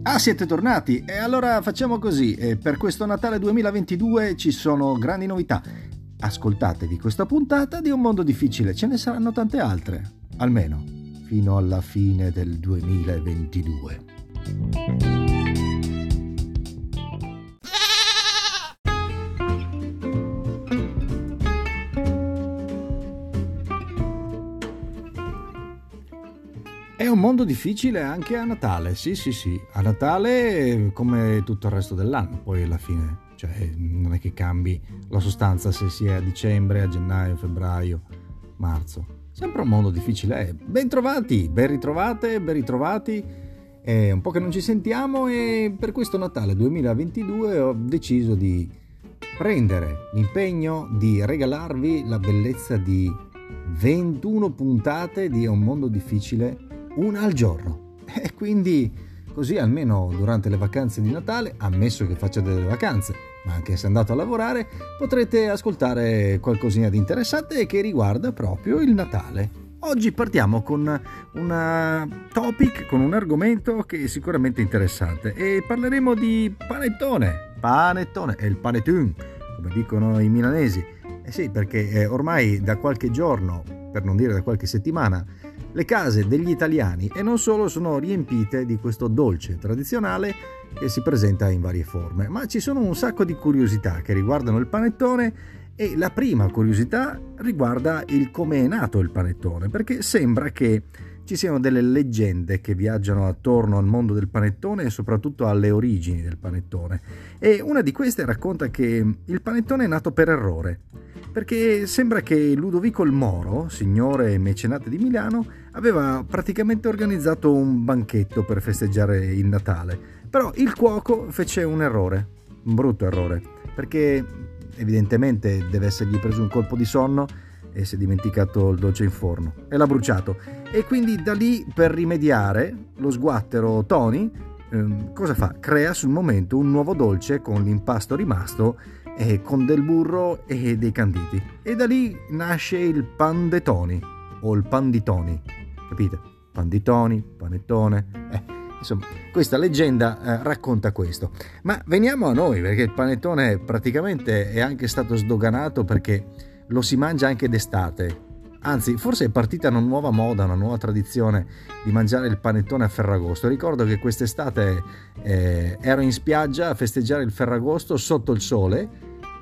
Ah, siete tornati? E allora facciamo così, per questo Natale 2022 ci sono grandi novità. Ascoltatevi questa puntata di Un Mondo Difficile, ce ne saranno tante altre, almeno fino alla fine del 2022. È un mondo difficile anche a Natale, sì, a Natale come tutto il resto dell'anno, poi alla fine, cioè non è che cambi la sostanza se si è a dicembre, a gennaio, febbraio, marzo. Sempre un mondo difficile. Ben trovati, ben ritrovate, ben ritrovati. È un po' che non ci sentiamo e per questo Natale 2022 ho deciso di prendere l'impegno di regalarvi la bellezza di 21 puntate di Un Mondo Difficile, una al giorno, e quindi così almeno durante le vacanze di Natale, ammesso che facciate delle vacanze, ma anche se andate a lavorare, potrete ascoltare qualcosina di interessante e che riguarda proprio il Natale. Oggi partiamo con un topic, con un argomento che è sicuramente interessante e parleremo di panettone e il panettone, come dicono i milanesi. Sì, perché ormai da qualche giorno, per non dire da qualche settimana, le case degli italiani e non solo sono riempite di questo dolce tradizionale che si presenta in varie forme, ma ci sono un sacco di curiosità che riguardano il panettone e la prima curiosità riguarda il come è nato il panettone, perché sembra che ci siano delle leggende che viaggiano attorno al mondo del panettone e soprattutto alle origini del panettone, e una di queste racconta che il panettone è nato per errore, perché sembra che Ludovico il Moro, signore e mecenate di Milano, aveva praticamente organizzato un banchetto per festeggiare il Natale, però il cuoco fece un errore, un brutto errore, perché evidentemente deve essergli preso un colpo di sonno e si è dimenticato il dolce in forno e l'ha bruciato, e quindi da lì, per rimediare, lo sguattero Tony cosa fa? Crea sul momento un nuovo dolce con l'impasto rimasto e con del burro e dei canditi, e da lì nasce il pan de Tony o il pan di Tony, capite? Pan di Tony, panettone, insomma questa leggenda racconta questo. Ma veniamo a noi, perché il panettone praticamente è anche stato sdoganato, perché lo si mangia anche d'estate. Anzi, forse è partita una nuova moda, una nuova tradizione di mangiare il panettone a Ferragosto. Ricordo che quest'estate ero in spiaggia a festeggiare il Ferragosto sotto il sole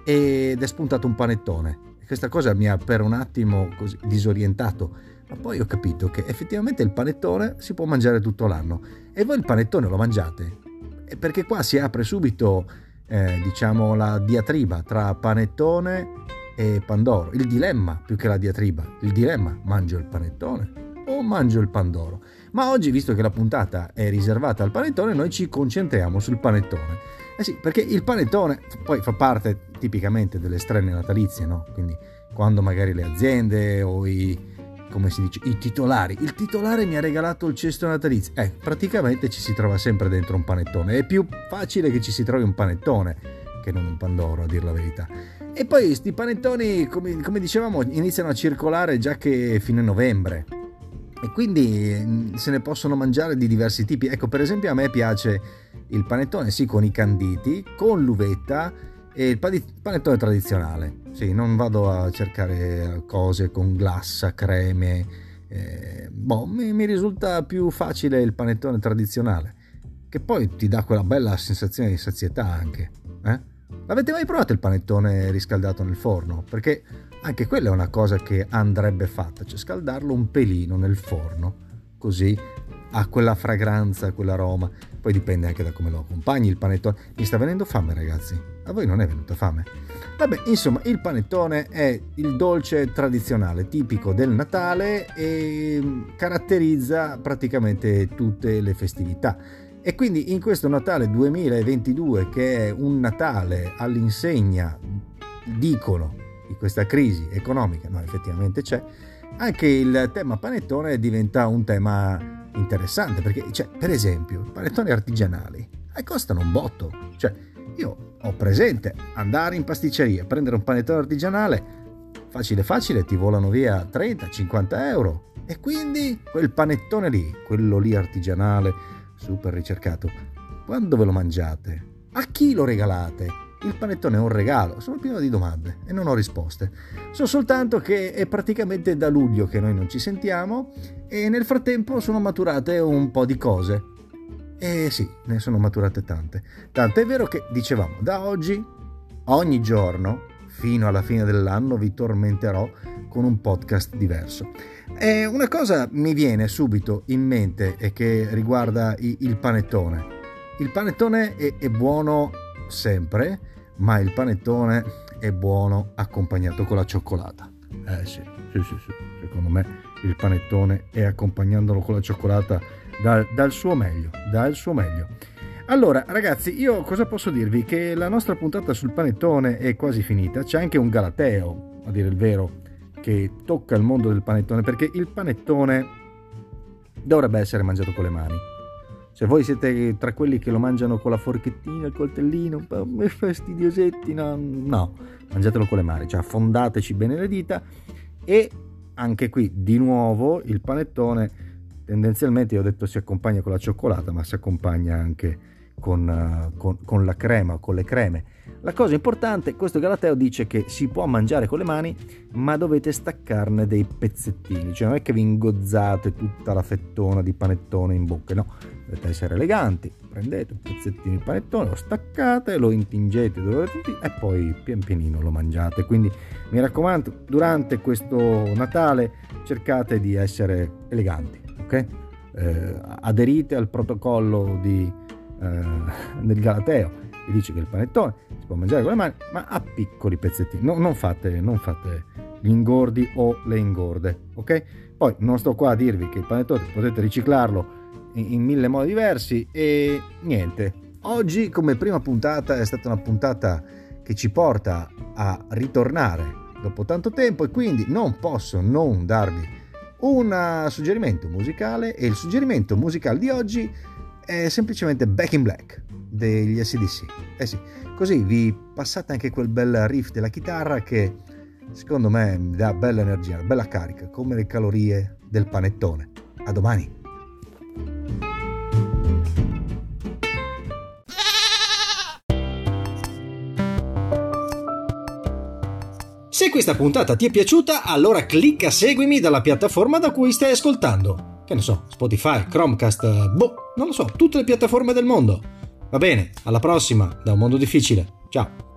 ed è spuntato un panettone. Questa cosa mi ha per un attimo così disorientato, ma poi ho capito che effettivamente il panettone si può mangiare tutto l'anno. E voi il panettone lo mangiate? Perché qua si apre subito diciamo la diatriba tra panettone e pandoro, il dilemma più che la diatriba, il dilemma: mangio il panettone o mangio il pandoro? Ma oggi, visto che la puntata è riservata al panettone, noi ci concentriamo sul panettone. Sì, perché il panettone poi fa parte tipicamente delle strenne natalizie, no? Quindi quando magari le aziende o come si dice, i titolari, il titolare mi ha regalato il cesto natalizio, praticamente ci si trova sempre dentro un panettone. È più facile che ci si trovi un panettone che non un pandoro, a dir la verità. E poi questi panettoni, come dicevamo, iniziano a circolare già che fine novembre, e quindi se ne possono mangiare di diversi tipi. Ecco, per esempio a me piace il panettone, sì, con i canditi, con l'uvetta, e il panettone tradizionale. Sì, non vado a cercare cose con glassa, creme. Mi risulta più facile il panettone tradizionale, che poi ti dà quella bella sensazione di sazietà anche. L'avete mai provato il panettone riscaldato nel forno? Perché anche quella è una cosa che andrebbe fatta, cioè scaldarlo un pelino nel forno, così ha quella fragranza, quell'aroma. Poi dipende anche da come lo accompagni il panettone. Mi sta venendo fame, ragazzi. A voi non è venuta fame? Vabbè, insomma, il panettone è il dolce tradizionale tipico del Natale e caratterizza praticamente tutte le festività. E quindi in questo Natale 2022, che è un Natale all'insegna, dicono, di questa crisi economica, no, effettivamente c'è, anche il tema panettone diventa un tema interessante, perché, cioè, per esempio, panettoni artigianali costano un botto. Cioè, io ho presente andare in pasticceria, prendere un panettone artigianale, facile, ti volano via 30-50 euro, e quindi quel panettone lì, quello lì artigianale, super ricercato, Quando ve lo mangiate? A chi lo regalate? Il panettone è un regalo. Sono pieno di domande e non ho risposte. So soltanto che è praticamente da luglio che noi non ci sentiamo e nel frattempo sono maturate un po' di cose. E sì, ne sono maturate tante. Tanto è vero che, dicevamo, da oggi, ogni giorno, fino alla fine dell'anno, vi tormenterò con un podcast diverso. E una cosa mi viene subito in mente e che riguarda il panettone. Il panettone è buono sempre, ma il panettone è buono accompagnato con la cioccolata. Sì. Secondo me il panettone è accompagnandolo con la cioccolata dal suo meglio. Allora ragazzi, io cosa posso dirvi? Che la nostra puntata sul panettone è quasi finita. C'è anche un galateo, a dire il vero, che tocca il mondo del panettone, perché il panettone dovrebbe essere mangiato con le mani. Se voi siete tra quelli che lo mangiano con la forchettina, il coltellino, un po' fastidiosetti, no, mangiatelo con le mani, cioè affondateci bene le dita. E anche qui di nuovo il panettone tendenzialmente, io ho detto, si accompagna con la cioccolata, ma si accompagna anche con la crema, con le creme. La cosa importante, questo galateo dice che si può mangiare con le mani, ma dovete staccarne dei pezzettini, cioè non è che vi ingozzate tutta la fettona di panettone in bocca, no, dovete essere eleganti, prendete un pezzettino di panettone, lo staccate, lo intingete dove volete e poi pian pianino lo mangiate. Quindi mi raccomando, durante questo Natale cercate di essere eleganti, ok? Aderite al protocollo del galateo, che dice che il panettone si può mangiare con le mani, ma a piccoli pezzettini. Non fate gli ingordi o le ingorde, ok? Poi non sto qua a dirvi che il panettone potete riciclarlo in mille modi diversi e niente. Oggi come prima puntata è stata una puntata che ci porta a ritornare dopo tanto tempo e quindi non posso non darvi un suggerimento musicale, e il suggerimento musicale di oggi è semplicemente Back in Black degli AC/DC. Sì, così vi passate anche quel bel riff della chitarra che secondo me mi dà bella energia, bella carica, come le calorie del panettone. A domani. Se questa puntata ti è piaciuta, allora clicca seguimi dalla piattaforma da cui stai ascoltando. Che ne so, Spotify, Chromecast, non lo so, tutte le piattaforme del mondo. Va bene, alla prossima, da Un Mondo Difficile. Ciao.